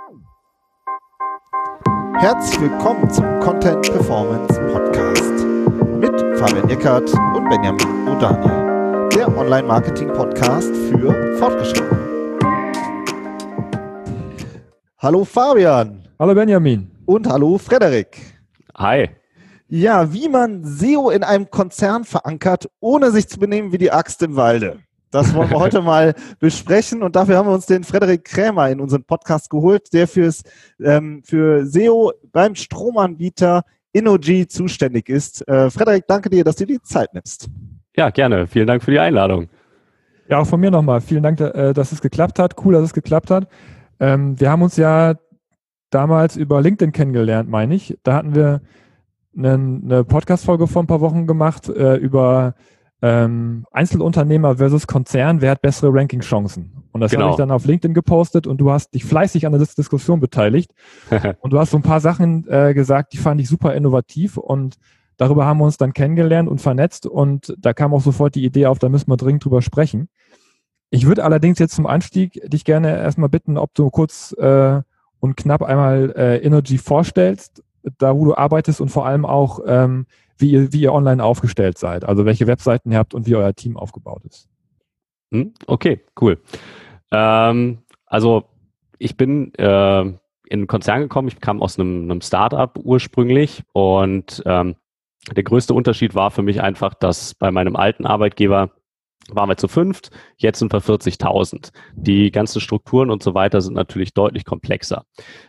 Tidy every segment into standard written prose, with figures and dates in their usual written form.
Herzlich willkommen zum Content Performance Podcast mit Fabian Eckert und Benjamin O'Daniel, der Online-Marketing-Podcast für Fortgeschrittene. Hallo Fabian. Hallo Benjamin. Und hallo Frederik. Hi. Ja, wie man SEO in einem Konzern verankert, ohne sich zu benehmen wie die Axt im Walde. Das wollen wir heute mal besprechen und dafür haben wir uns den Frederik Krämer in unseren Podcast geholt, der für SEO beim Stromanbieter Innogy zuständig ist. Frederik, danke dir, dass du dir die Zeit nimmst. Ja, gerne. Vielen Dank für die Einladung. Ja, auch von mir nochmal. Vielen Dank, dass es geklappt hat. Cool, dass es geklappt hat. Wir haben uns ja damals über LinkedIn kennengelernt, meine ich. Da hatten wir eine Podcast-Folge vor ein paar Wochen gemacht über Einzelunternehmer versus Konzern, wer hat bessere Ranking-Chancen? Und das habe ich dann auf LinkedIn gepostet und du hast dich fleißig an der Diskussion beteiligt. Und du hast so ein paar Sachen gesagt, die fand ich super innovativ und darüber haben wir uns dann kennengelernt und vernetzt und da kam auch sofort die Idee auf, da müssen wir dringend drüber sprechen. Ich würde allerdings jetzt zum Einstieg dich gerne erstmal bitten, ob du kurz und knapp einmal Innogy vorstellst, da wo du arbeitest und vor allem auch wie ihr online aufgestellt seid, also welche Webseiten ihr habt und wie euer Team aufgebaut ist. Okay, cool. Also ich bin in einen Konzern gekommen, ich kam aus einem Startup ursprünglich und der größte Unterschied war für mich einfach, dass bei meinem alten Arbeitgeber waren wir zu 5, jetzt sind wir 40.000. Die ganzen Strukturen und so weiter sind natürlich deutlich komplexer.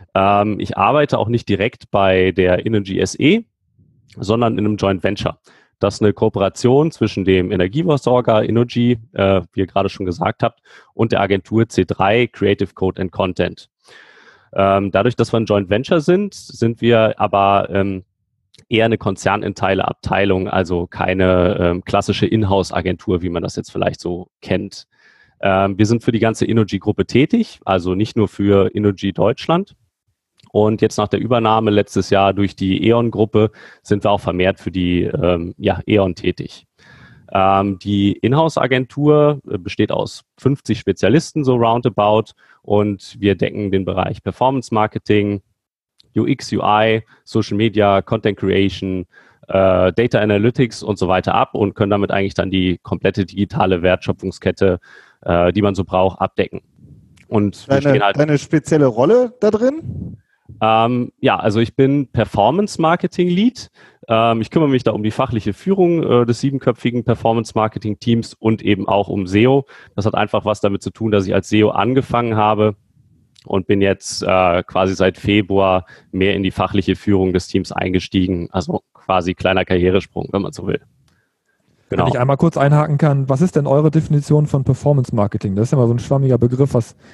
Ich arbeite auch nicht direkt bei der Innogy SE, sondern in einem Joint Venture. Das ist eine Kooperation zwischen dem Energieversorger Innogy, wie ihr gerade schon gesagt habt, und der Agentur C3 Creative Code and Content. Dadurch, dass wir ein Joint Venture sind wir aber eher eine konzerninterne Abteilung, also keine klassische Inhouse-Agentur, wie man das jetzt vielleicht so kennt. Wir sind für die ganze Innogy-Gruppe tätig, also nicht nur für Innogy Deutschland. Und jetzt nach der Übernahme letztes Jahr durch die E.ON-Gruppe sind wir auch vermehrt für die E.ON tätig. Die Inhouse-Agentur besteht aus 50 Spezialisten, so roundabout, und wir decken den Bereich Performance Marketing, UX, UI, Social Media, Content Creation, Data Analytics und so weiter ab und können damit eigentlich dann die komplette digitale Wertschöpfungskette, die man so braucht, abdecken. Und deine spezielle Rolle da drin? Also ich bin Performance Marketing Lead. Ich kümmere mich da um die fachliche Führung des 7-köpfigen Performance Marketing Teams und eben auch um SEO. Das hat einfach was damit zu tun, dass ich als SEO angefangen habe und bin jetzt quasi seit Februar mehr in die fachliche Führung des Teams eingestiegen. Also quasi kleiner Karrieresprung, wenn man so will. Genau. Wenn ich einmal kurz einhaken kann, was ist denn eure Definition von Performance Marketing? Das ist ja mal so ein schwammiger Begriff.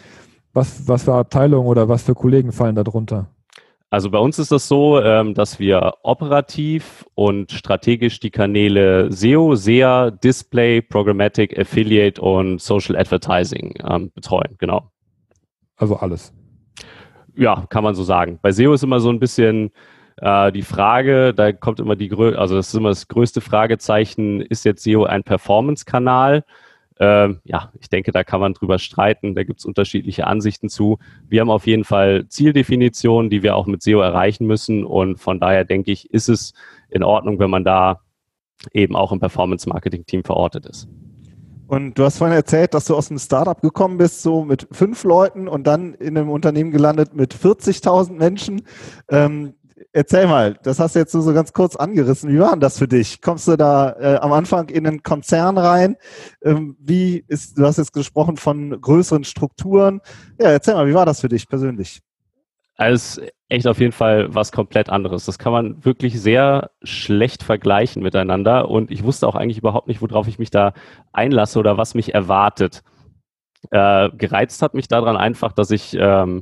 Was für Abteilungen oder was für Kollegen fallen da drunter? Also bei uns ist das so, dass wir operativ und strategisch die Kanäle SEO, SEA, Display, Programmatic, Affiliate und Social Advertising betreuen, genau. Also alles. Ja, kann man so sagen. Bei SEO ist immer so ein bisschen die Frage, da kommt immer das ist immer das größte Fragezeichen, ist jetzt SEO ein Performance-Kanal? Ich denke, da kann man drüber streiten, da gibt es unterschiedliche Ansichten zu. Wir haben auf jeden Fall Zieldefinitionen, die wir auch mit SEO erreichen müssen und von daher denke ich, ist es in Ordnung, wenn man da eben auch im Performance-Marketing-Team verortet ist. Und du hast vorhin erzählt, dass du aus einem Startup gekommen bist, so mit 5 Leuten und dann in einem Unternehmen gelandet mit 40.000 Menschen. Erzähl mal, das hast du jetzt so ganz kurz angerissen. Wie war denn das für dich? Kommst du da am Anfang in einen Konzern rein? Du hast jetzt gesprochen von größeren Strukturen. Ja, erzähl mal, wie war das für dich persönlich? Also echt auf jeden Fall was komplett anderes. Das kann man wirklich sehr schlecht vergleichen miteinander und ich wusste auch eigentlich überhaupt nicht, worauf ich mich da einlasse oder was mich erwartet. Gereizt hat mich daran einfach, dass ich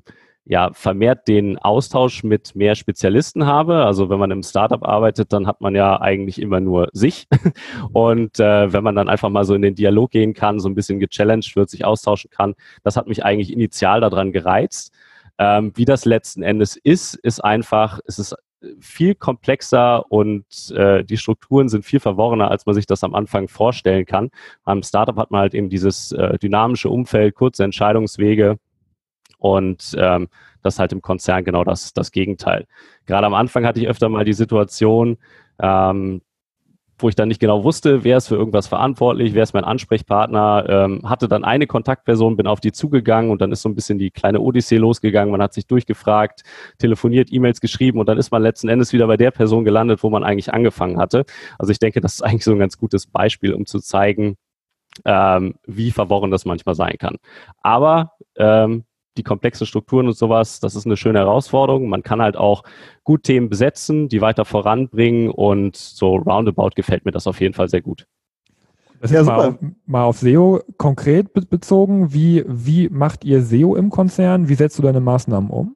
vermehrt den Austausch mit mehr Spezialisten habe. Also wenn man im Startup arbeitet, dann hat man ja eigentlich immer nur sich. Und wenn man dann einfach mal so in den Dialog gehen kann, so ein bisschen gechallenged wird, sich austauschen kann, das hat mich eigentlich initial daran gereizt. Wie das letzten Endes ist einfach, es ist viel komplexer und die Strukturen sind viel verworrener, als man sich das am Anfang vorstellen kann. Beim Startup hat man halt eben dieses dynamische Umfeld, kurze Entscheidungswege Und das ist halt im Konzern genau das Gegenteil. Gerade am Anfang hatte ich öfter mal die Situation, wo ich dann nicht genau wusste, wer ist für irgendwas verantwortlich, wer ist mein Ansprechpartner, hatte dann eine Kontaktperson, bin auf die zugegangen und dann ist so ein bisschen die kleine Odyssee losgegangen. Man hat sich durchgefragt, telefoniert, E-Mails geschrieben und dann ist man letzten Endes wieder bei der Person gelandet, wo man eigentlich angefangen hatte. Also ich denke, das ist eigentlich so ein ganz gutes Beispiel, um zu zeigen, wie verworren das manchmal sein kann. Aber die komplexen Strukturen und sowas, das ist eine schöne Herausforderung. Man kann halt auch gut Themen besetzen, die weiter voranbringen und so roundabout gefällt mir das auf jeden Fall sehr gut. Das ist mal auf SEO konkret bezogen. Wie macht ihr SEO im Konzern? Wie setzt du deine Maßnahmen um?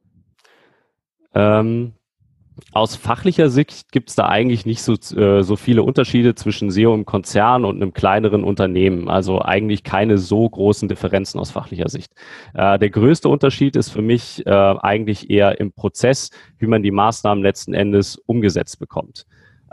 Aus fachlicher Sicht gibt es da eigentlich nicht so viele Unterschiede zwischen SEO im Konzern und einem kleineren Unternehmen. Also eigentlich keine so großen Differenzen aus fachlicher Sicht. Der größte Unterschied ist für mich eigentlich eher im Prozess, wie man die Maßnahmen letzten Endes umgesetzt bekommt.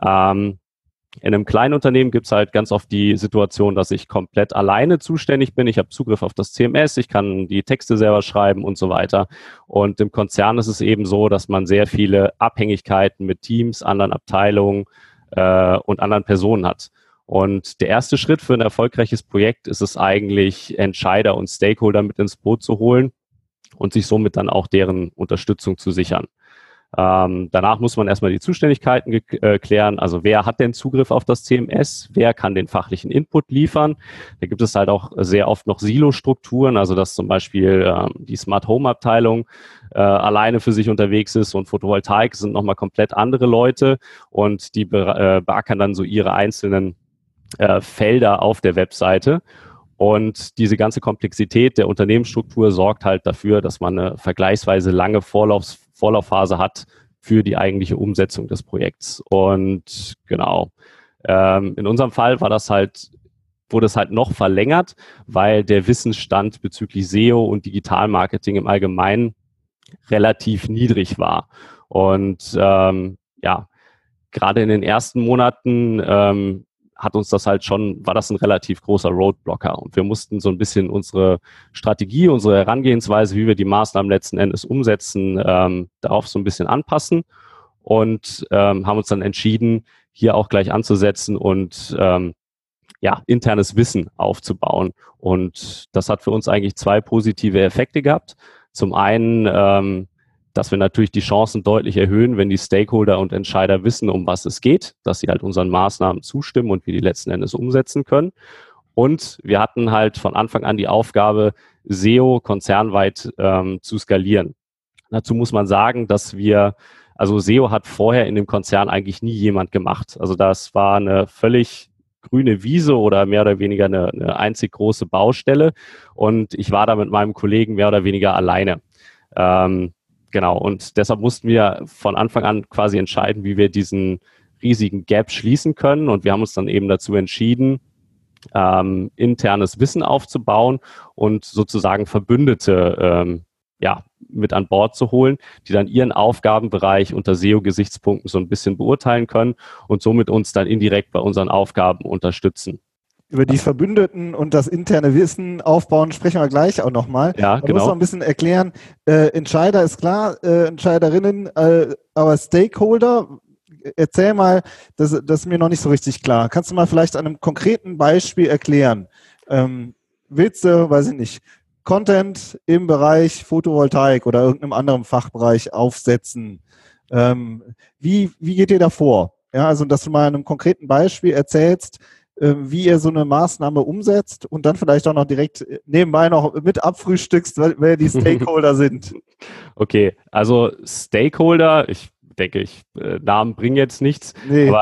In einem kleinen Unternehmen gibt es halt ganz oft die Situation, dass ich komplett alleine zuständig bin. Ich habe Zugriff auf das CMS, ich kann die Texte selber schreiben und so weiter. Und im Konzern ist es eben so, dass man sehr viele Abhängigkeiten mit Teams, anderen Abteilungen und anderen Personen hat. Und der erste Schritt für ein erfolgreiches Projekt ist es eigentlich, Entscheider und Stakeholder mit ins Boot zu holen und sich somit dann auch deren Unterstützung zu sichern. Danach muss man erstmal die Zuständigkeiten klären. Also wer hat denn Zugriff auf das CMS? Wer kann den fachlichen Input liefern? Da gibt es halt auch sehr oft noch Silo-Strukturen, also dass zum Beispiel die Smart Home Abteilung alleine für sich unterwegs ist und Photovoltaik sind nochmal komplett andere Leute und die beackern dann so ihre einzelnen Felder auf der Webseite. Und diese ganze Komplexität der Unternehmensstruktur sorgt halt dafür, dass man eine vergleichsweise lange Vorlaufphase hat für die eigentliche Umsetzung des Projekts. Und genau, in unserem Fall wurde es halt noch verlängert, weil der Wissensstand bezüglich SEO und Digitalmarketing im Allgemeinen relativ niedrig war. Und gerade in den ersten Monaten war das ein relativ großer Roadblocker. Und wir mussten so ein bisschen unsere Strategie, unsere Herangehensweise, wie wir die Maßnahmen letzten Endes umsetzen, darauf so ein bisschen anpassen und haben uns dann entschieden, hier auch gleich anzusetzen und internes Wissen aufzubauen. Und das hat für uns eigentlich zwei positive Effekte gehabt. Zum einen, dass wir natürlich die Chancen deutlich erhöhen, wenn die Stakeholder und Entscheider wissen, um was es geht, dass sie halt unseren Maßnahmen zustimmen und wir die letzten Endes umsetzen können. Und wir hatten halt von Anfang an die Aufgabe, SEO konzernweit zu skalieren. Dazu muss man sagen, also SEO hat vorher in dem Konzern eigentlich nie jemand gemacht. Also das war eine völlig grüne Wiese oder mehr oder weniger eine einzig große Baustelle. Und ich war da mit meinem Kollegen mehr oder weniger alleine. Genau, und deshalb mussten wir von Anfang an quasi entscheiden, wie wir diesen riesigen Gap schließen können. Und wir haben uns dann eben dazu entschieden, internes Wissen aufzubauen und sozusagen Verbündete mit an Bord zu holen, die dann ihren Aufgabenbereich unter SEO-Gesichtspunkten so ein bisschen beurteilen können und somit uns dann indirekt bei unseren Aufgaben unterstützen. Über die Verbündeten und das interne Wissen aufbauen sprechen wir gleich auch nochmal. Ja, Man muss noch ein bisschen erklären, Entscheider ist klar, Entscheiderinnen, aber Stakeholder, erzähl mal, das ist mir noch nicht so richtig klar. Kannst du mal vielleicht an einem konkreten Beispiel erklären? Willst du, weiß ich nicht, Content im Bereich Photovoltaik oder irgendeinem anderen Fachbereich aufsetzen? Wie geht ihr da vor? Ja, also, dass du mal an einem konkreten Beispiel erzählst, wie ihr so eine Maßnahme umsetzt und dann vielleicht auch noch direkt nebenbei noch mit abfrühstückst, wer die Stakeholder sind. Okay, also Stakeholder, ich denke, Namen bringen jetzt nichts,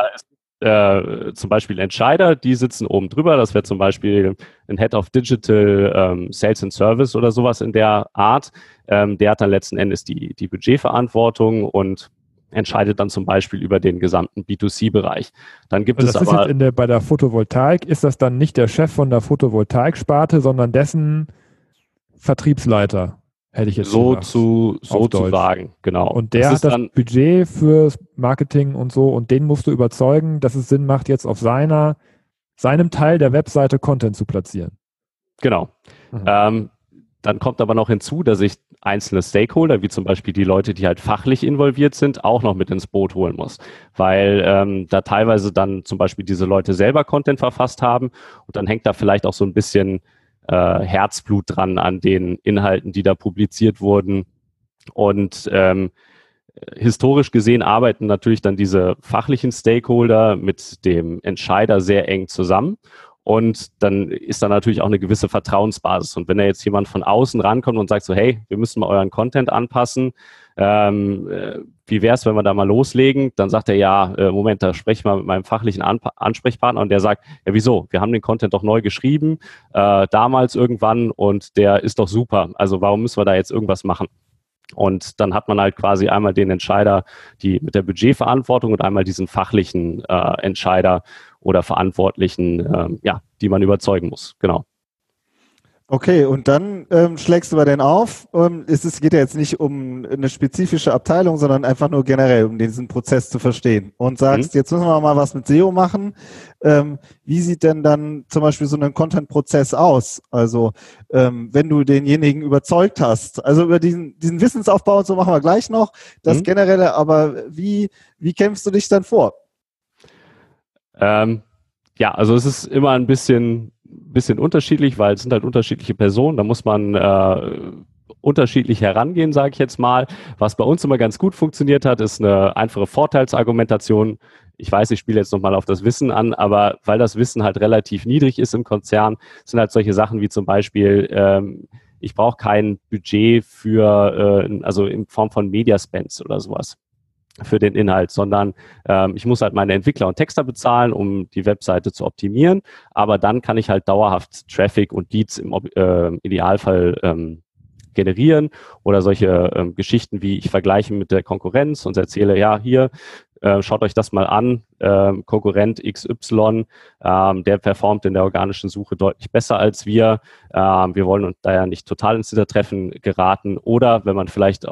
aber zum Beispiel Entscheider, die sitzen oben drüber, das wäre zum Beispiel ein Head of Digital Sales and Service oder sowas in der Art, der hat dann letzten Endes die Budgetverantwortung und entscheidet dann zum Beispiel über den gesamten B2C-Bereich. Dann gibt es aber... Jetzt bei der Photovoltaik, ist das dann nicht der Chef von der Photovoltaik-Sparte, sondern dessen Vertriebsleiter, hätte ich jetzt gesagt. So zu sagen, genau. Und der hat das Budget fürs Marketing und so und den musst du überzeugen, dass es Sinn macht, jetzt auf seinem Teil der Webseite Content zu platzieren. Genau. Dann kommt aber noch hinzu, dass ich einzelne Stakeholder, wie zum Beispiel die Leute, die halt fachlich involviert sind, auch noch mit ins Boot holen muss. Weil da teilweise dann zum Beispiel diese Leute selber Content verfasst haben und dann hängt da vielleicht auch so ein bisschen Herzblut dran an den Inhalten, die da publiziert wurden. Und historisch gesehen arbeiten natürlich dann diese fachlichen Stakeholder mit dem Entscheider sehr eng zusammen. Und dann ist da natürlich auch eine gewisse Vertrauensbasis. Und wenn da jetzt jemand von außen rankommt und sagt so, hey, wir müssen mal euren Content anpassen, wie wäre es, wenn wir da mal loslegen? Dann sagt er, ja, Moment, da spreche ich mal mit meinem fachlichen Ansprechpartner und der sagt, ja, wieso? Wir haben den Content doch neu geschrieben, damals irgendwann und der ist doch super. Also warum müssen wir da jetzt irgendwas machen? Und dann hat man halt quasi einmal den Entscheider, die mit der Budgetverantwortung und einmal diesen fachlichen Entscheider oder Verantwortlichen, die man überzeugen muss. Genau. Okay, und dann schlägst du bei denen auf. Es geht ja jetzt nicht um eine spezifische Abteilung, sondern einfach nur generell, um diesen Prozess zu verstehen. Und sagst, jetzt müssen wir mal was mit SEO machen. Wie sieht denn dann zum Beispiel so ein Content-Prozess aus? Also wenn du denjenigen überzeugt hast, also über diesen Wissensaufbau und so machen wir gleich noch, das Generelle, aber wie kämpfst du dich dann vor? Also es ist immer ein bisschen unterschiedlich, weil es sind halt unterschiedliche Personen. Da muss man unterschiedlich herangehen, sage ich jetzt mal. Was bei uns immer ganz gut funktioniert hat, ist eine einfache Vorteilsargumentation. Ich weiß, ich spiele jetzt nochmal auf das Wissen an, aber weil das Wissen halt relativ niedrig ist im Konzern, sind halt solche Sachen wie zum Beispiel, ich brauche kein Budget für, also in Form von Media Spends oder sowas für den Inhalt, sondern ich muss halt meine Entwickler und Texter bezahlen, um die Webseite zu optimieren, aber dann kann ich halt dauerhaft Traffic und Leads im Idealfall generieren oder solche Geschichten wie ich vergleiche mit der Konkurrenz und erzähle, ja, hier, schaut euch das mal an, Konkurrent XY, der performt in der organischen Suche deutlich besser als wir. Wir wollen uns da ja nicht total ins Hintertreffen geraten oder wenn man vielleicht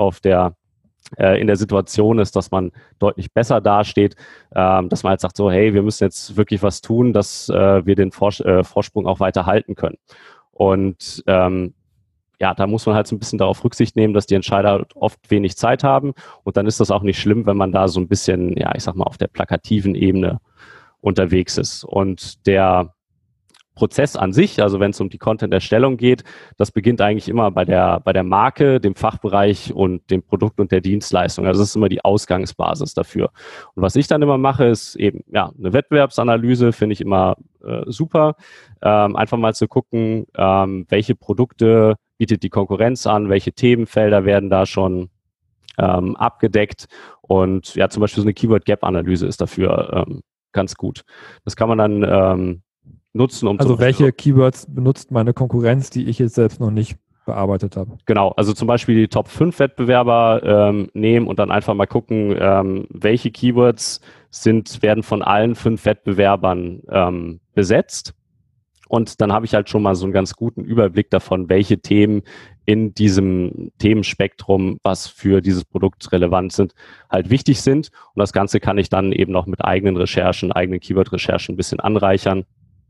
in der Situation ist, dass man deutlich besser dasteht, dass man halt sagt so, hey, wir müssen jetzt wirklich was tun, dass wir den Vorsprung auch weiter halten können. Und da muss man halt so ein bisschen darauf Rücksicht nehmen, dass die Entscheider oft wenig Zeit haben und dann ist das auch nicht schlimm, wenn man da so ein bisschen, ich sag mal, auf der plakativen Ebene unterwegs ist. Und der Prozess an sich, also wenn es um die Content-Erstellung geht, das beginnt eigentlich immer bei der Marke, dem Fachbereich und dem Produkt und der Dienstleistung. Also das ist immer die Ausgangsbasis dafür. Und was ich dann immer mache, ist eben eine Wettbewerbsanalyse, finde ich immer super. Einfach mal zu gucken, welche Produkte bietet die Konkurrenz an, welche Themenfelder werden da schon abgedeckt und zum Beispiel so eine Keyword-Gap-Analyse ist dafür ganz gut. Das kann man dann nutzen, also welche Keywords benutzt meine Konkurrenz, die ich jetzt selbst noch nicht bearbeitet habe? Genau, also zum Beispiel die Top 5 Wettbewerber nehmen und dann einfach mal gucken, welche Keywords werden von allen 5 Wettbewerbern besetzt. Und dann habe ich halt schon mal so einen ganz guten Überblick davon, welche Themen in diesem Themenspektrum, was für dieses Produkt relevant sind, halt wichtig sind. Und das Ganze kann ich dann eben noch mit eigenen Keyword-Recherchen ein bisschen anreichern.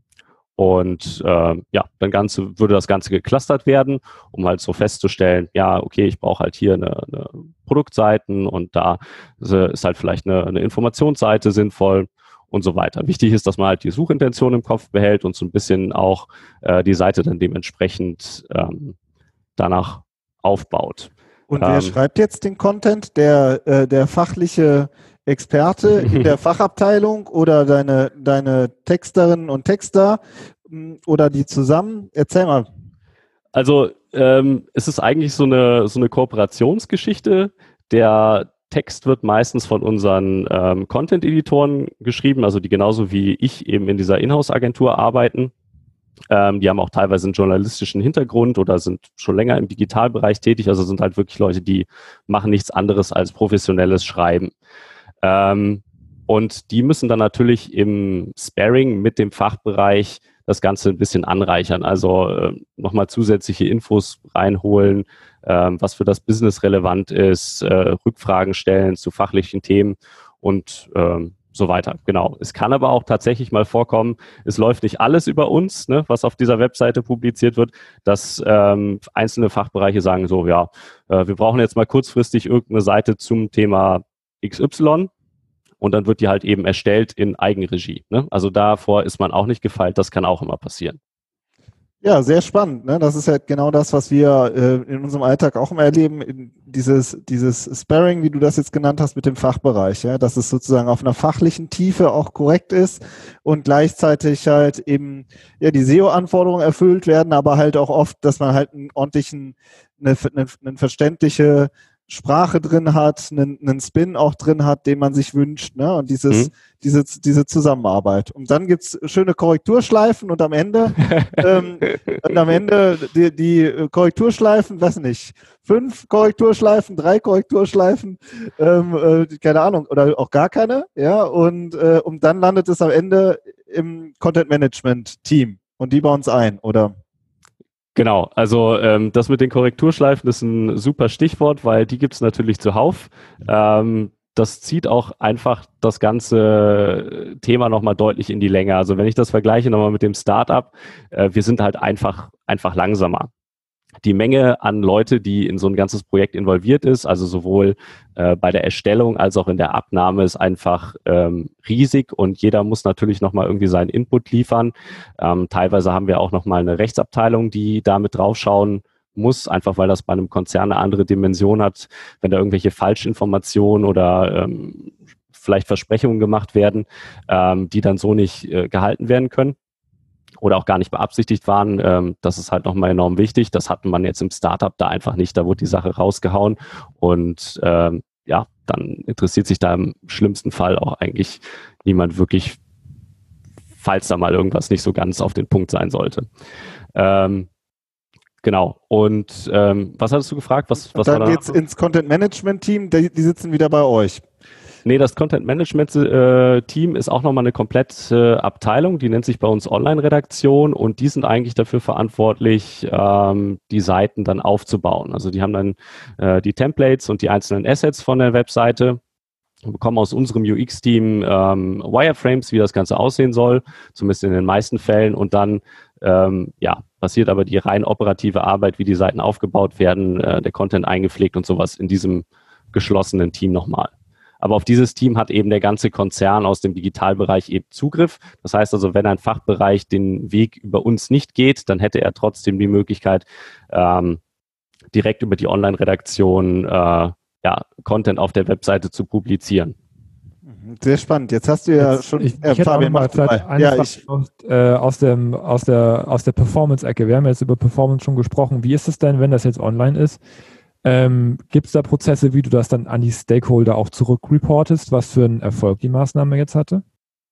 Und dann würde das Ganze geclustert werden, um halt so festzustellen, okay, ich brauche halt hier eine Produktseiten und da ist halt vielleicht eine Informationsseite sinnvoll und so weiter. Wichtig ist, dass man halt die Suchintention im Kopf behält und so ein bisschen auch die Seite dann dementsprechend danach aufbaut. Und wer schreibt jetzt den Content? Der fachliche Experte in der Fachabteilung oder deine Texterinnen und Texter oder die zusammen? Erzähl mal. Also es ist eigentlich so eine Kooperationsgeschichte. Der Text wird meistens von unseren Content-Editoren geschrieben, also die genauso wie ich eben in dieser Inhouse-Agentur arbeiten. Die haben auch teilweise einen journalistischen Hintergrund oder sind schon länger im Digitalbereich tätig, also sind halt wirklich Leute, die machen nichts anderes als professionelles Schreiben. Und die müssen dann natürlich im Sparring mit dem Fachbereich das Ganze ein bisschen anreichern, also nochmal zusätzliche Infos reinholen, was für das Business relevant ist, Rückfragen stellen zu fachlichen Themen und so weiter. Genau. Es kann aber auch tatsächlich mal vorkommen, es läuft nicht alles über uns, ne, was auf dieser Webseite publiziert wird, dass einzelne Fachbereiche sagen so, ja, wir brauchen jetzt mal kurzfristig irgendeine Seite zum Thema XY und dann wird die halt eben erstellt in Eigenregie. Ne? Also davor ist man auch nicht gefeit, das kann auch immer passieren. Ja, sehr spannend. Ne? Das ist ja genau das, was wir in unserem Alltag auch immer erleben. Dieses Sparring, wie du das jetzt genannt hast, mit dem Fachbereich, ja? Dass es sozusagen auf einer fachlichen Tiefe auch korrekt ist und gleichzeitig halt eben ja die SEO-Anforderungen erfüllt werden, aber halt auch oft, dass man halt einen ordentlichen, eine verständliche Sprache drin hat, einen Spin auch drin hat, den man sich wünscht, ne? Und diese Zusammenarbeit. Und dann gibt's schöne Korrekturschleifen und am Ende die Korrekturschleifen, weiß nicht, 5 Korrekturschleifen, 3 Korrekturschleifen, keine Ahnung, oder auch gar keine, ja, und dann landet es am Ende im Content Management Team und die bauen es ein, oder? Genau, also das mit den Korrekturschleifen ist ein super Stichwort, weil die gibt es natürlich zuhauf. Das zieht auch einfach das ganze Thema nochmal deutlich in die Länge. Also wenn ich das vergleiche nochmal mit dem Startup, wir sind halt einfach langsamer. Die Menge an Leute, die in so ein ganzes Projekt involviert ist, also sowohl bei der Erstellung als auch in der Abnahme, ist einfach riesig und jeder muss natürlich nochmal irgendwie seinen Input liefern. Teilweise haben wir auch nochmal eine Rechtsabteilung, die da mit draufschauen muss, einfach weil das bei einem Konzern eine andere Dimension hat, wenn da irgendwelche Falschinformationen oder vielleicht Versprechungen gemacht werden, die dann so nicht gehalten werden können oder auch gar nicht beabsichtigt waren. Das ist halt nochmal enorm wichtig. Das hatte man jetzt im Startup da einfach nicht. Da wurde die Sache rausgehauen und ja, dann interessiert sich da im schlimmsten Fall auch eigentlich niemand wirklich, falls da mal irgendwas nicht so ganz auf den Punkt sein sollte. Genau. Und was hattest du gefragt? Was dann geht's ins Content Management Team. Die sitzen wieder bei euch. Nee, das Content Management Team ist auch nochmal eine komplette Abteilung, die nennt sich bei uns Online-Redaktion und die sind eigentlich dafür verantwortlich, die Seiten dann aufzubauen. Also die haben dann die Templates und die einzelnen Assets von der Webseite, bekommen aus unserem UX-Team Wireframes, wie das Ganze aussehen soll, zumindest in den meisten Fällen und dann passiert aber die rein operative Arbeit, wie die Seiten aufgebaut werden, der Content eingepflegt und sowas in diesem geschlossenen Team nochmal. Aber auf dieses Team hat eben der ganze Konzern aus dem Digitalbereich eben Zugriff. Das heißt also, wenn ein Fachbereich den Weg über uns nicht geht, dann hätte er trotzdem die Möglichkeit, direkt über die Online-Redaktion Content auf der Webseite zu publizieren. Sehr spannend. Jetzt hast du ja schon. Ich hätte auch noch mal vielleicht eine Frage aus der Performance-Ecke. Wir haben jetzt über Performance schon gesprochen. Wie ist es denn, wenn das jetzt online ist? Gibt es da Prozesse, wie du das dann an die Stakeholder auch zurückreportest, was für einen Erfolg die Maßnahme jetzt hatte?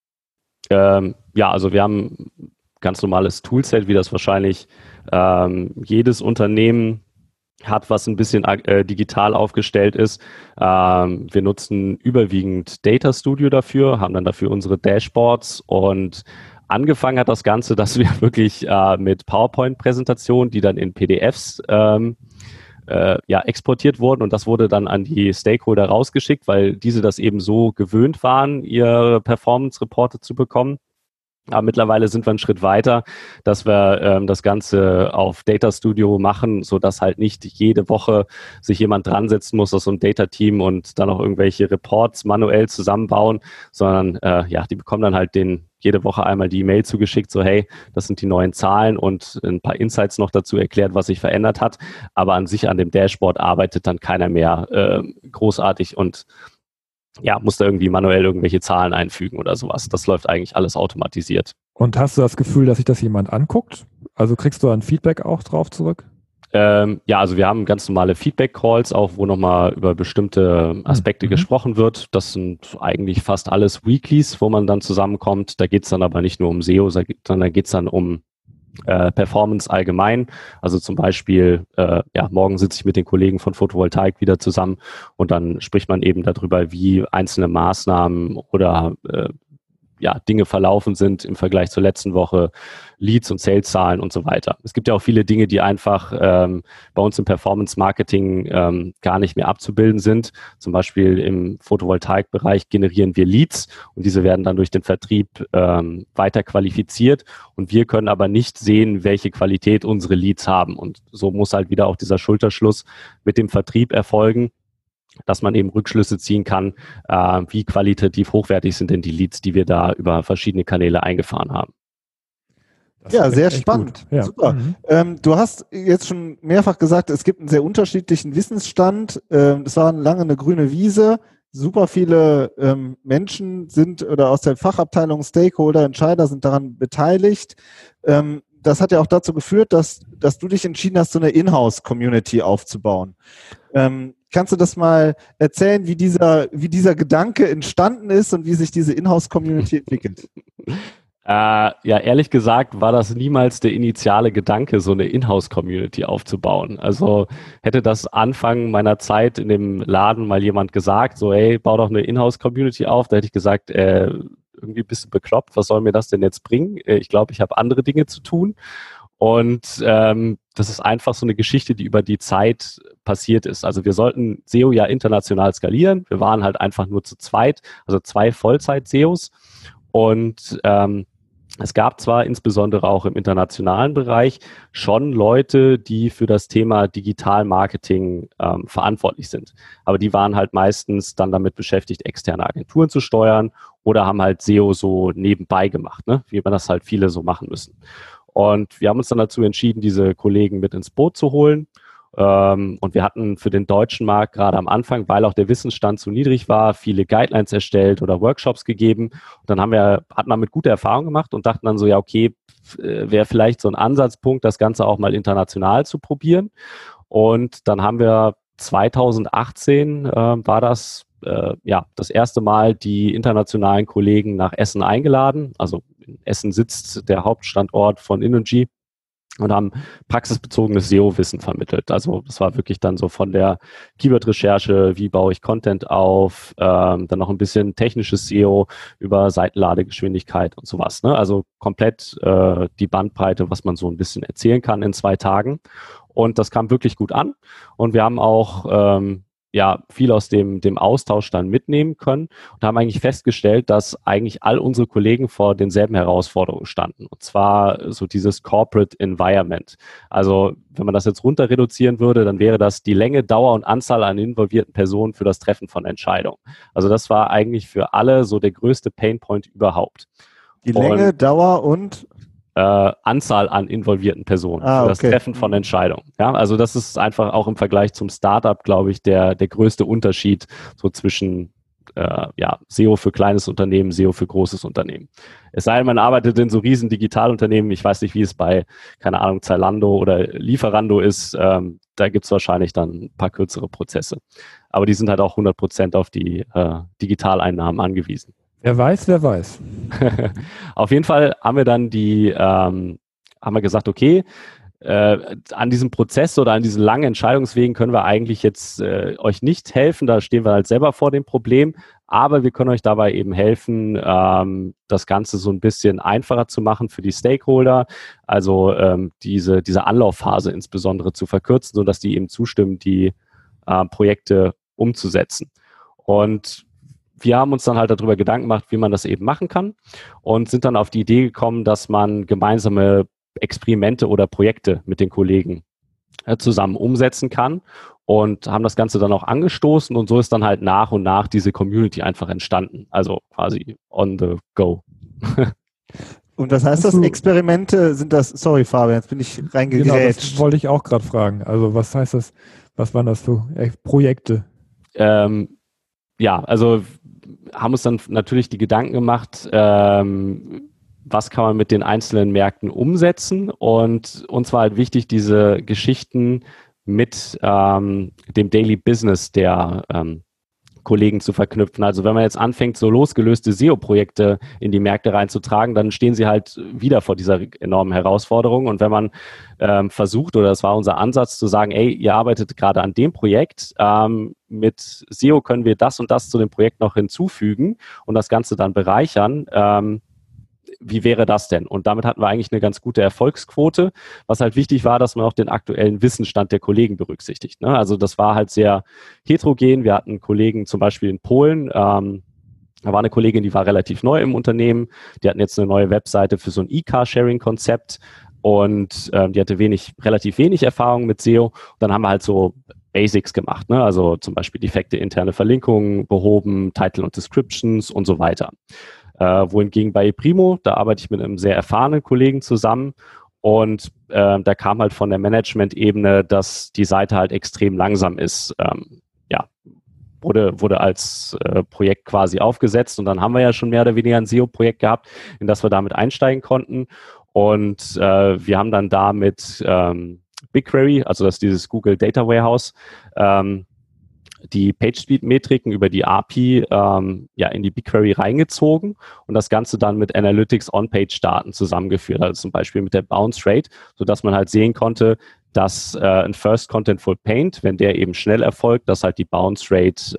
Also wir haben ein ganz normales Toolset, wie das wahrscheinlich jedes Unternehmen hat, was ein bisschen digital aufgestellt ist. Wir nutzen überwiegend Data Studio dafür, haben dann dafür unsere Dashboards und angefangen hat das Ganze, dass wir wirklich mit PowerPoint-Präsentationen, die dann in PDFs exportiert wurden und das wurde dann an die Stakeholder rausgeschickt, weil diese das eben so gewöhnt waren, ihre Performance-Reporte zu bekommen. Aber mittlerweile sind wir einen Schritt weiter, dass wir das Ganze auf Data Studio machen, so dass halt nicht jede Woche sich jemand dran setzen muss aus so einem Data-Team und dann auch irgendwelche Reports manuell zusammenbauen, sondern die bekommen dann halt jede Woche einmal die E-Mail zugeschickt, so hey, das sind die neuen Zahlen und ein paar Insights noch dazu erklärt, was sich verändert hat. Aber an sich an dem Dashboard arbeitet dann keiner mehr großartig und muss da irgendwie manuell irgendwelche Zahlen einfügen oder sowas. Das läuft eigentlich alles automatisiert. Und hast du das Gefühl, dass sich das jemand anguckt? Also kriegst du ein Feedback auch drauf zurück? Also wir haben ganz normale Feedback-Calls auch, wo nochmal über bestimmte Aspekte gesprochen wird. Das sind eigentlich fast alles Weeklies, wo man dann zusammenkommt. Da geht es dann aber nicht nur um SEO, sondern da geht es dann um Performance allgemein. Also zum Beispiel, morgen sitze ich mit den Kollegen von Photovoltaik wieder zusammen und dann spricht man eben darüber, wie einzelne Maßnahmen oder Dinge verlaufen sind im Vergleich zur letzten Woche, Leads und Sales-Zahlen und so weiter. Es gibt ja auch viele Dinge, die einfach bei uns im Performance-Marketing gar nicht mehr abzubilden sind. Zum Beispiel im Photovoltaik-Bereich generieren wir Leads und diese werden dann durch den Vertrieb weiter qualifiziert und wir können aber nicht sehen, welche Qualität unsere Leads haben. Und so muss halt wieder auch dieser Schulterschluss mit dem Vertrieb erfolgen, dass man eben Rückschlüsse ziehen kann, wie qualitativ hochwertig sind denn die Leads, die wir da über verschiedene Kanäle eingefahren haben. Ja, sehr spannend. Ja. Super. Du hast jetzt schon mehrfach gesagt, es gibt einen sehr unterschiedlichen Wissensstand. Es war lange eine grüne Wiese. Super viele Menschen sind oder aus der Fachabteilung Stakeholder, Entscheider sind daran beteiligt. Das hat ja auch dazu geführt, dass du dich entschieden hast, so eine Inhouse-Community aufzubauen. Kannst du das mal erzählen, wie dieser Gedanke entstanden ist und wie sich diese Inhouse-Community entwickelt? Ja, ehrlich gesagt war das niemals der initiale Gedanke, so eine Inhouse-Community aufzubauen. Also hätte das Anfang meiner Zeit in dem Laden mal jemand gesagt, so hey, bau doch eine Inhouse-Community auf, da hätte ich gesagt, irgendwie bist du bekloppt, was soll mir das denn jetzt bringen? Ich glaube, ich habe andere Dinge zu tun. Und das ist einfach so eine Geschichte, die über die Zeit passiert ist. Also wir sollten SEO ja international skalieren. Wir waren halt einfach nur zu zweit, also 2 Vollzeit-SEOs. Und es gab zwar insbesondere auch im internationalen Bereich schon Leute, die für das Thema Digital-Marketing verantwortlich sind. Aber die waren halt meistens dann damit beschäftigt, externe Agenturen zu steuern oder haben halt SEO so nebenbei gemacht, ne? Wie man das halt viele so machen müssen. Und wir haben uns dann dazu entschieden, diese Kollegen mit ins Boot zu holen. Und wir hatten für den deutschen Markt gerade am Anfang, weil auch der Wissensstand zu niedrig war, viele Guidelines erstellt oder Workshops gegeben. Und dann hatten wir mit gute Erfahrungen gemacht und dachten dann so, ja, okay, wäre vielleicht so ein Ansatzpunkt, das Ganze auch mal international zu probieren. Und dann haben wir 2018 war das das erste Mal die internationalen Kollegen nach Essen eingeladen. Also in Essen sitzt der Hauptstandort von Innogy. Und haben praxisbezogenes SEO-Wissen vermittelt. Also das war wirklich dann so von der Keyword-Recherche, wie baue ich Content auf, dann noch ein bisschen technisches SEO über Seitenladegeschwindigkeit und sowas. Ne? Also komplett die Bandbreite, was man so ein bisschen erzählen kann in 2 Tagen. Und das kam wirklich gut an. Und wir haben auch viel aus dem Austausch dann mitnehmen können und haben eigentlich festgestellt, dass eigentlich all unsere Kollegen vor denselben Herausforderungen standen. Und zwar so dieses Corporate Environment. Also wenn man das jetzt runter reduzieren würde, dann wäre das die Länge, Dauer und Anzahl an involvierten Personen für das Treffen von Entscheidungen. Also das war eigentlich für alle so der größte Painpoint überhaupt. Die Länge, Dauer und Anzahl an involvierten Personen für das Treffen von Entscheidungen. Ja, also das ist einfach auch im Vergleich zum Startup, glaube ich, der größte Unterschied so zwischen SEO für kleines Unternehmen, SEO für großes Unternehmen. Es sei denn, man arbeitet in so riesen Digitalunternehmen, ich weiß nicht, wie es bei, keine Ahnung, Zalando oder Lieferando ist, da gibt es wahrscheinlich dann ein paar kürzere Prozesse. Aber die sind halt auch 100% auf die Digitaleinnahmen angewiesen. Wer weiß, wer weiß. Auf jeden Fall haben wir dann haben wir gesagt, okay, an diesem Prozess oder an diesen langen Entscheidungswegen können wir eigentlich jetzt euch nicht helfen, da stehen wir halt selber vor dem Problem, aber wir können euch dabei eben helfen, das Ganze so ein bisschen einfacher zu machen für die Stakeholder, also diese Anlaufphase insbesondere zu verkürzen, sodass die eben zustimmen, die Projekte umzusetzen. Und wir haben uns dann halt darüber Gedanken gemacht, wie man das eben machen kann und sind dann auf die Idee gekommen, dass man gemeinsame Experimente oder Projekte mit den Kollegen zusammen umsetzen kann und haben das Ganze dann auch angestoßen und so ist dann halt nach und nach diese Community einfach entstanden, also quasi on the go. Und was heißt das? Experimente sind das, sorry Fabian, jetzt bin ich reingegrätscht. Genau, das wollte ich auch gerade fragen. Also was heißt das, was waren das für Projekte? Also haben uns dann natürlich die Gedanken gemacht, was kann man mit den einzelnen Märkten umsetzen und uns war halt wichtig, diese Geschichten mit dem Daily Business der Kollegen zu verknüpfen. Also wenn man jetzt anfängt, so losgelöste SEO-Projekte in die Märkte reinzutragen, dann stehen sie halt wieder vor dieser enormen Herausforderung. Und wenn man versucht, oder das war unser Ansatz, zu sagen, ey, ihr arbeitet gerade an dem Projekt, mit SEO können wir das und das zu dem Projekt noch hinzufügen und das Ganze dann bereichern, wie wäre das denn? Und damit hatten wir eigentlich eine ganz gute Erfolgsquote. Was halt wichtig war, dass man auch den aktuellen Wissensstand der Kollegen berücksichtigt. Ne? Also das war halt sehr heterogen. Wir hatten Kollegen zum Beispiel in Polen. Da war eine Kollegin, die war relativ neu im Unternehmen. Die hatten jetzt eine neue Webseite für so ein E-Car-Sharing-Konzept und die hatte relativ wenig Erfahrung mit SEO. Und dann haben wir halt so Basics gemacht, ne? Also zum Beispiel defekte interne Verlinkungen behoben, Title und Descriptions und so weiter. Wohingegen bei Primo, da arbeite ich mit einem sehr erfahrenen Kollegen zusammen und da kam halt von der Management-Ebene, dass die Seite halt extrem langsam ist. Wurde als Projekt quasi aufgesetzt und dann haben wir ja schon mehr oder weniger ein SEO-Projekt gehabt, in das wir damit einsteigen konnten und wir haben dann da mit BigQuery, also das ist dieses Google Data Warehouse, die PageSpeed-Metriken über die API in die BigQuery reingezogen und das Ganze dann mit Analytics On-Page-Daten zusammengeführt, also zum Beispiel mit der Bounce Rate, sodass man halt sehen konnte, dass ein First Contentful Paint, wenn der eben schnell erfolgt, dass halt die Bounce Rate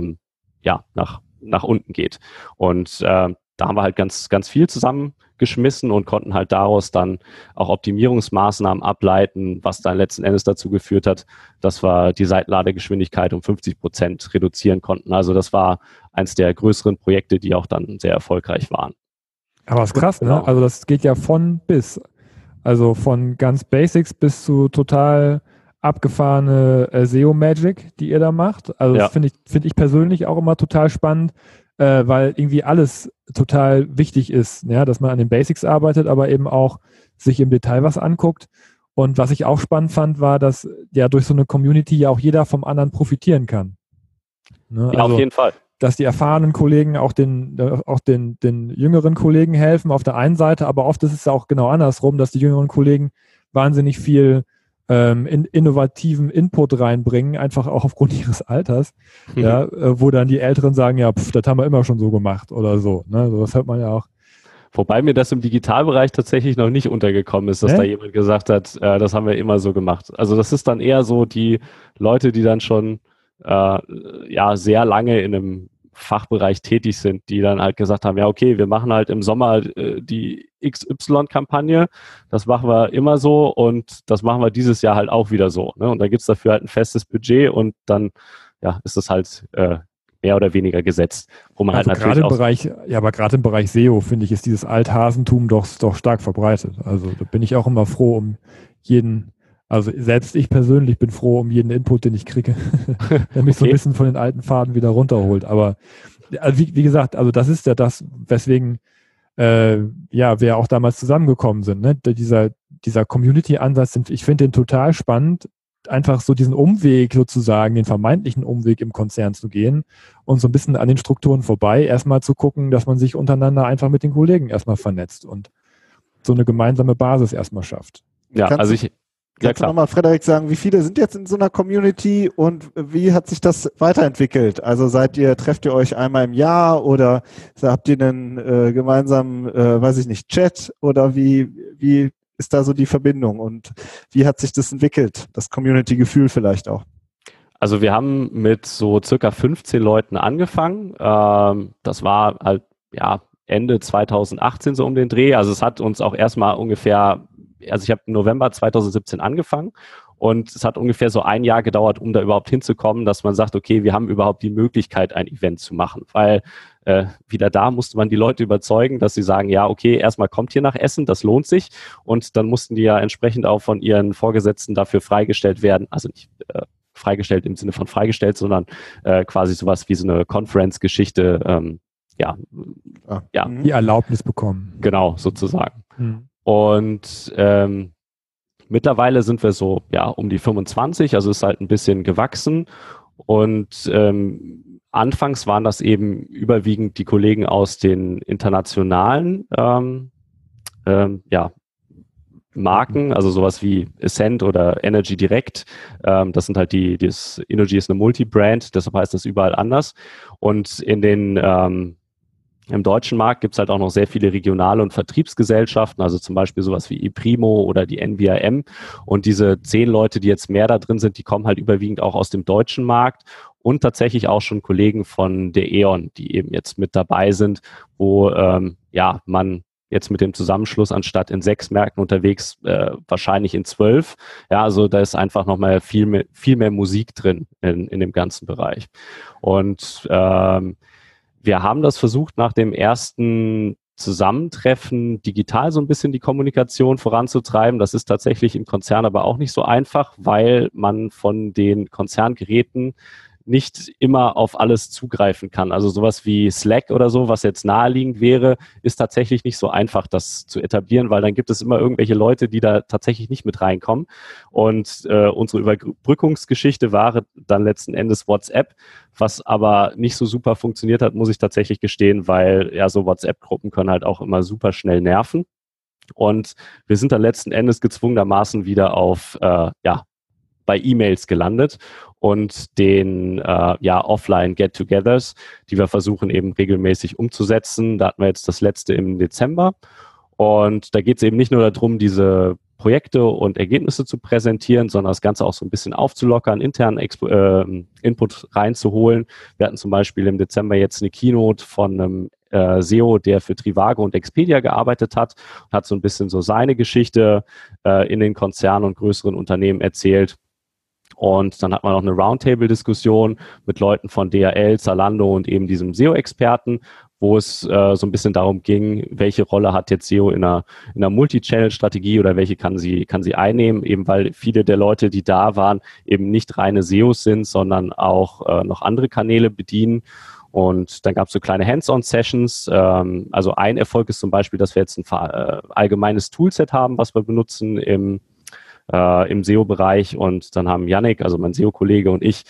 nach unten geht. Und da haben wir halt ganz, ganz viel zusammengeschmissen und konnten halt daraus dann auch Optimierungsmaßnahmen ableiten, was dann letzten Endes dazu geführt hat, dass wir die Seitenladegeschwindigkeit um 50% reduzieren konnten. Also das war eins der größeren Projekte, die auch dann sehr erfolgreich waren. Aber ist krass, Genau. ne? Also das geht ja von bis. Also von ganz Basics bis zu total abgefahrene SEO-Magic, die ihr da macht. Also das finde ich persönlich auch immer total spannend, weil irgendwie alles total wichtig ist, ja, dass man an den Basics arbeitet, aber eben auch sich im Detail was anguckt. Und was ich auch spannend fand, war, dass ja durch so eine Community ja auch jeder vom anderen profitieren kann. Ne? Ja, also, auf jeden Fall. Dass die erfahrenen Kollegen auch den jüngeren Kollegen helfen auf der einen Seite, aber oft ist es auch genau andersrum, dass die jüngeren Kollegen wahnsinnig viel innovativen Input reinbringen, einfach auch aufgrund ihres Alters, ja, wo dann die Älteren sagen, ja, das haben wir immer schon so gemacht oder so. Ne? So, das hört man ja auch. Wobei mir das im Digitalbereich tatsächlich noch nicht untergekommen ist, dass da jemand gesagt hat, das haben wir immer so gemacht. Also das ist dann eher so die Leute, die dann schon sehr lange in einem Fachbereich tätig sind, die dann halt gesagt haben, ja okay, wir machen halt im Sommer die XY-Kampagne, das machen wir immer so und das machen wir dieses Jahr halt auch wieder so. Ne? Und da gibt es dafür halt ein festes Budget und dann ist das halt mehr oder weniger gesetzt, wo man also halt natürlich aber gerade im Bereich SEO, finde ich, ist dieses Althasentum doch stark verbreitet. Also da bin ich auch immer froh um jeden. Also selbst ich persönlich bin froh um jeden Input, den ich kriege, der mich so ein bisschen von den alten Faden wieder runterholt. Aber wie gesagt, also das ist ja das, weswegen wir auch damals zusammengekommen sind. Ne? Dieser Community-Ansatz, ich finde den total spannend, einfach so diesen Umweg sozusagen, den vermeintlichen Umweg im Konzern zu gehen und so ein bisschen an den Strukturen vorbei, erstmal zu gucken, dass man sich untereinander einfach mit den Kollegen erstmal vernetzt und so eine gemeinsame Basis erstmal schafft. Ja, also Kannst du nochmal, Frederik, sagen, wie viele sind jetzt in so einer Community und wie hat sich das weiterentwickelt? Also trefft ihr euch einmal im Jahr oder habt ihr einen gemeinsamen, Chat oder wie ist da so die Verbindung und wie hat sich das entwickelt, das Community-Gefühl vielleicht auch? Also wir haben mit so circa 15 Leuten angefangen. Das war halt, Ende 2018 so um den Dreh. Also es hat uns auch erstmal ich habe im November 2017 angefangen und es hat ungefähr so ein Jahr gedauert, um da überhaupt hinzukommen, dass man sagt, okay, wir haben überhaupt die Möglichkeit, ein Event zu machen, weil wieder da musste man die Leute überzeugen, dass sie sagen, ja, okay, erstmal kommt hier nach Essen, das lohnt sich und dann mussten die ja entsprechend auch von ihren Vorgesetzten dafür freigestellt werden, also nicht freigestellt im Sinne von freigestellt, sondern quasi sowas wie so eine Conference-Geschichte, Die Erlaubnis bekommen. Genau, sozusagen. Und mittlerweile sind wir so um die 25, also ist halt ein bisschen gewachsen und anfangs waren das eben überwiegend die Kollegen aus den internationalen Marken, also sowas wie Ascent oder Energy Direct. Das sind halt das Energy ist eine Multi-Brand, deshalb heißt das überall anders. Und im deutschen Markt gibt es halt auch noch sehr viele regionale und Vertriebsgesellschaften, also zum Beispiel sowas wie ePrimo oder die NVRM. Und diese 10 Leute, die jetzt mehr da drin sind, die kommen halt überwiegend auch aus dem deutschen Markt und tatsächlich auch schon Kollegen von der E.ON, die eben jetzt mit dabei sind, wo man jetzt mit dem Zusammenschluss anstatt in 6 Märkten unterwegs, wahrscheinlich in 12. Ja, also da ist einfach nochmal viel mehr Musik drin in dem ganzen Bereich. Und wir haben das versucht, nach dem ersten Zusammentreffen digital so ein bisschen die Kommunikation voranzutreiben. Das ist tatsächlich im Konzern aber auch nicht so einfach, weil man von den Konzerngeräten nicht immer auf alles zugreifen kann. Also sowas wie Slack oder so, was jetzt naheliegend wäre, ist tatsächlich nicht so einfach, das zu etablieren, weil dann gibt es immer irgendwelche Leute, die da tatsächlich nicht mit reinkommen. Und unsere Überbrückungsgeschichte war dann letzten Endes WhatsApp, was aber nicht so super funktioniert hat, muss ich tatsächlich gestehen, weil ja so WhatsApp-Gruppen können halt auch immer super schnell nerven. Und wir sind dann letzten Endes gezwungenermaßen wieder auf bei E-Mails gelandet und den Offline-Get-togethers, die wir versuchen eben regelmäßig umzusetzen. Da hatten wir jetzt das letzte im Dezember und da geht es eben nicht nur darum, diese Projekte und Ergebnisse zu präsentieren, sondern das Ganze auch so ein bisschen aufzulockern, internen Input reinzuholen. Wir hatten zum Beispiel im Dezember jetzt eine Keynote von einem SEO, der für Trivago und Expedia gearbeitet hat und hat so ein bisschen so seine Geschichte in den Konzernen und größeren Unternehmen erzählt. Und dann hat man noch eine Roundtable-Diskussion mit Leuten von DHL, Zalando und eben diesem SEO-Experten, wo es so ein bisschen darum ging, welche Rolle hat jetzt SEO in einer Multi-Channel-Strategie oder welche kann sie einnehmen, eben weil viele der Leute, die da waren, eben nicht reine SEOs sind, sondern auch noch andere Kanäle bedienen. Und dann gab es so kleine Hands-on-Sessions. Also ein Erfolg ist zum Beispiel, dass wir jetzt ein allgemeines Toolset haben, was wir benutzen im SEO-Bereich, und dann haben Yannick, also mein SEO-Kollege, und ich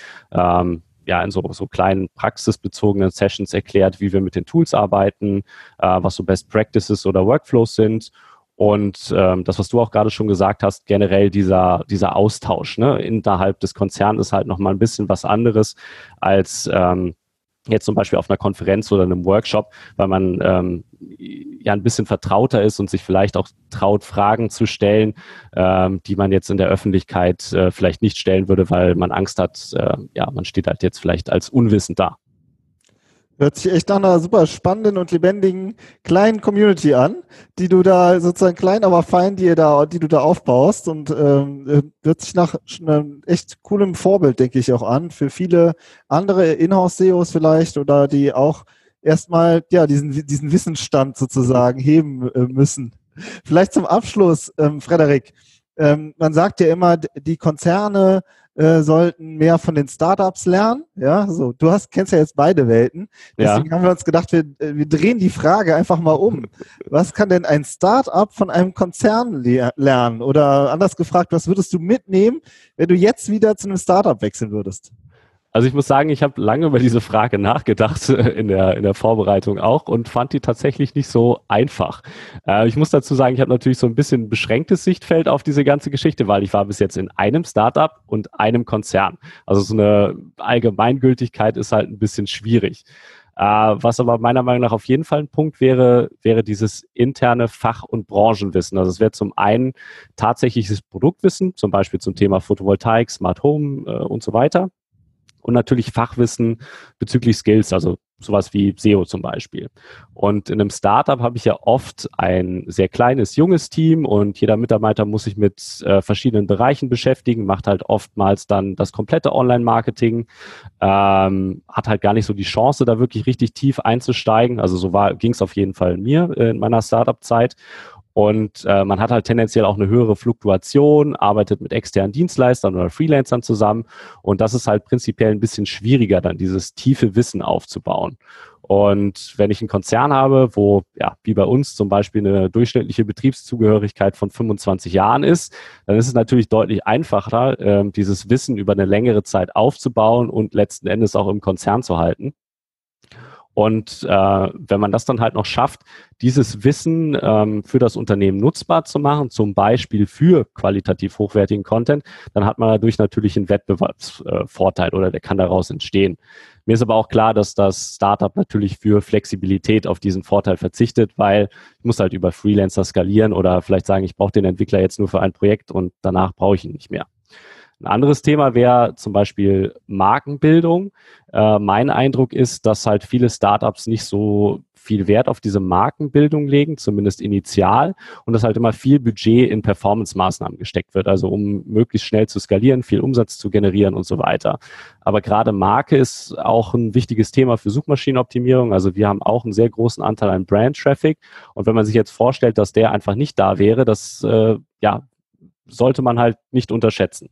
in so kleinen praxisbezogenen Sessions erklärt, wie wir mit den Tools arbeiten, was so Best Practices oder Workflows sind. Und das, was du auch gerade schon gesagt hast, generell dieser Austausch innerhalb des Konzerns ist halt nochmal ein bisschen was anderes als jetzt zum Beispiel auf einer Konferenz oder einem Workshop, weil man ein bisschen vertrauter ist und sich vielleicht auch traut, Fragen zu stellen, die man jetzt in der Öffentlichkeit vielleicht nicht stellen würde, weil man Angst hat, man steht halt jetzt vielleicht als unwissend da. Hört sich echt nach einer super spannenden und lebendigen kleinen Community an, die du da sozusagen klein, aber fein, die du da aufbaust, und hört sich nach einem echt coolem Vorbild, denke ich, auch an für viele andere Inhouse-SEOs vielleicht, oder die auch erstmal diesen Wissensstand sozusagen heben müssen. Vielleicht zum Abschluss, Frederik, man sagt ja immer, die Konzerne sollten mehr von den Startups lernen. Ja, so kennst ja jetzt beide Welten. Deswegen haben wir uns gedacht, wir drehen die Frage einfach mal um. Was kann denn ein Startup von einem Konzern lernen? Oder anders gefragt, was würdest du mitnehmen, wenn du jetzt wieder zu einem Startup wechseln würdest? Also ich muss sagen, ich habe lange über diese Frage nachgedacht in der Vorbereitung auch und fand die tatsächlich nicht so einfach. Ich muss dazu sagen, ich habe natürlich so ein bisschen beschränktes Sichtfeld auf diese ganze Geschichte, weil ich war bis jetzt in einem Startup und einem Konzern. Also so eine Allgemeingültigkeit ist halt ein bisschen schwierig. Was aber meiner Meinung nach auf jeden Fall ein Punkt wäre dieses interne Fach- und Branchenwissen. Also es wäre zum einen tatsächliches Produktwissen, zum Beispiel zum Thema Photovoltaik, Smart Home und so weiter. Und natürlich Fachwissen bezüglich Skills, also sowas wie SEO zum Beispiel. Und in einem Startup habe ich ja oft ein sehr kleines, junges Team und jeder Mitarbeiter muss sich mit verschiedenen Bereichen beschäftigen, macht halt oftmals dann das komplette Online-Marketing, hat halt gar nicht so die Chance, da wirklich richtig tief einzusteigen. Also so ging es auf jeden Fall mir in meiner Startup-Zeit. Und man hat halt tendenziell auch eine höhere Fluktuation, arbeitet mit externen Dienstleistern oder Freelancern zusammen. Und das ist halt prinzipiell ein bisschen schwieriger, dann dieses tiefe Wissen aufzubauen. Und wenn ich einen Konzern habe, wo, wie bei uns zum Beispiel eine durchschnittliche Betriebszugehörigkeit von 25 Jahren ist, dann ist es natürlich deutlich einfacher, dieses Wissen über eine längere Zeit aufzubauen und letzten Endes auch im Konzern zu halten. Und wenn man das dann halt noch schafft, dieses Wissen für das Unternehmen nutzbar zu machen, zum Beispiel für qualitativ hochwertigen Content, dann hat man dadurch natürlich einen Wettbewerbsvorteil oder der kann daraus entstehen. Mir ist aber auch klar, dass das Startup natürlich für Flexibilität auf diesen Vorteil verzichtet, weil ich muss halt über Freelancer skalieren oder vielleicht sagen, ich brauche den Entwickler jetzt nur für ein Projekt und danach brauche ich ihn nicht mehr. Ein anderes Thema wäre zum Beispiel Markenbildung. Mein Eindruck ist, dass halt viele Startups nicht so viel Wert auf diese Markenbildung legen, zumindest initial, und dass halt immer viel Budget in Performance-Maßnahmen gesteckt wird, also um möglichst schnell zu skalieren, viel Umsatz zu generieren und so weiter. Aber gerade Marke ist auch ein wichtiges Thema für Suchmaschinenoptimierung. Also wir haben auch einen sehr großen Anteil an Brand-Traffic. Und wenn man sich jetzt vorstellt, dass der einfach nicht da wäre, das sollte man halt nicht unterschätzen.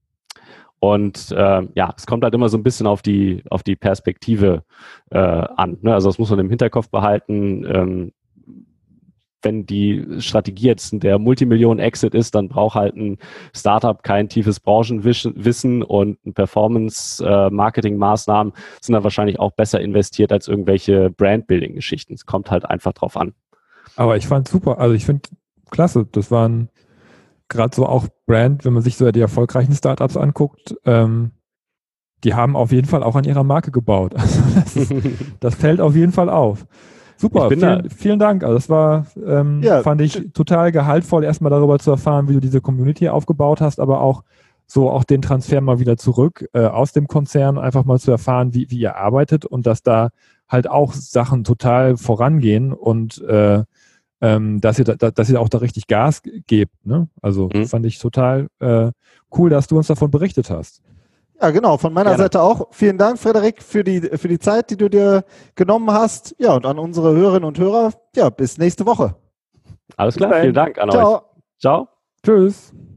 Und es kommt halt immer so ein bisschen auf die Perspektive an. Ne? Also das muss man im Hinterkopf behalten. Wenn die Strategie jetzt der Multimillionen-Exit ist, dann braucht halt ein Startup kein tiefes Branchenwissen und Performance-Marketing-Maßnahmen sind dann wahrscheinlich auch besser investiert als irgendwelche Brand-Building-Geschichten. Es kommt halt einfach drauf an. Aber ich fand super, also ich finde klasse, das waren gerade so auch Brand, wenn man sich so die erfolgreichen Startups anguckt, die haben auf jeden Fall auch an ihrer Marke gebaut. Also das fällt auf jeden Fall auf. Super, vielen Dank. Also das war, fand ich total gehaltvoll, erstmal darüber zu erfahren, wie du diese Community aufgebaut hast, aber auch den Transfer mal wieder zurück aus dem Konzern, einfach mal zu erfahren, wie ihr arbeitet und dass da halt auch Sachen total vorangehen und dass ihr auch da richtig Gas gebt. Ne? Also fand ich total cool, dass du uns davon berichtet hast. Ja, genau. Von meiner Seite auch. Vielen Dank, Frederik, für die Zeit, die du dir genommen hast. Ja, und an unsere Hörerinnen und Hörer, ja, bis nächste Woche. Alles klar, vielen Dank an euch. Ciao. Tschüss.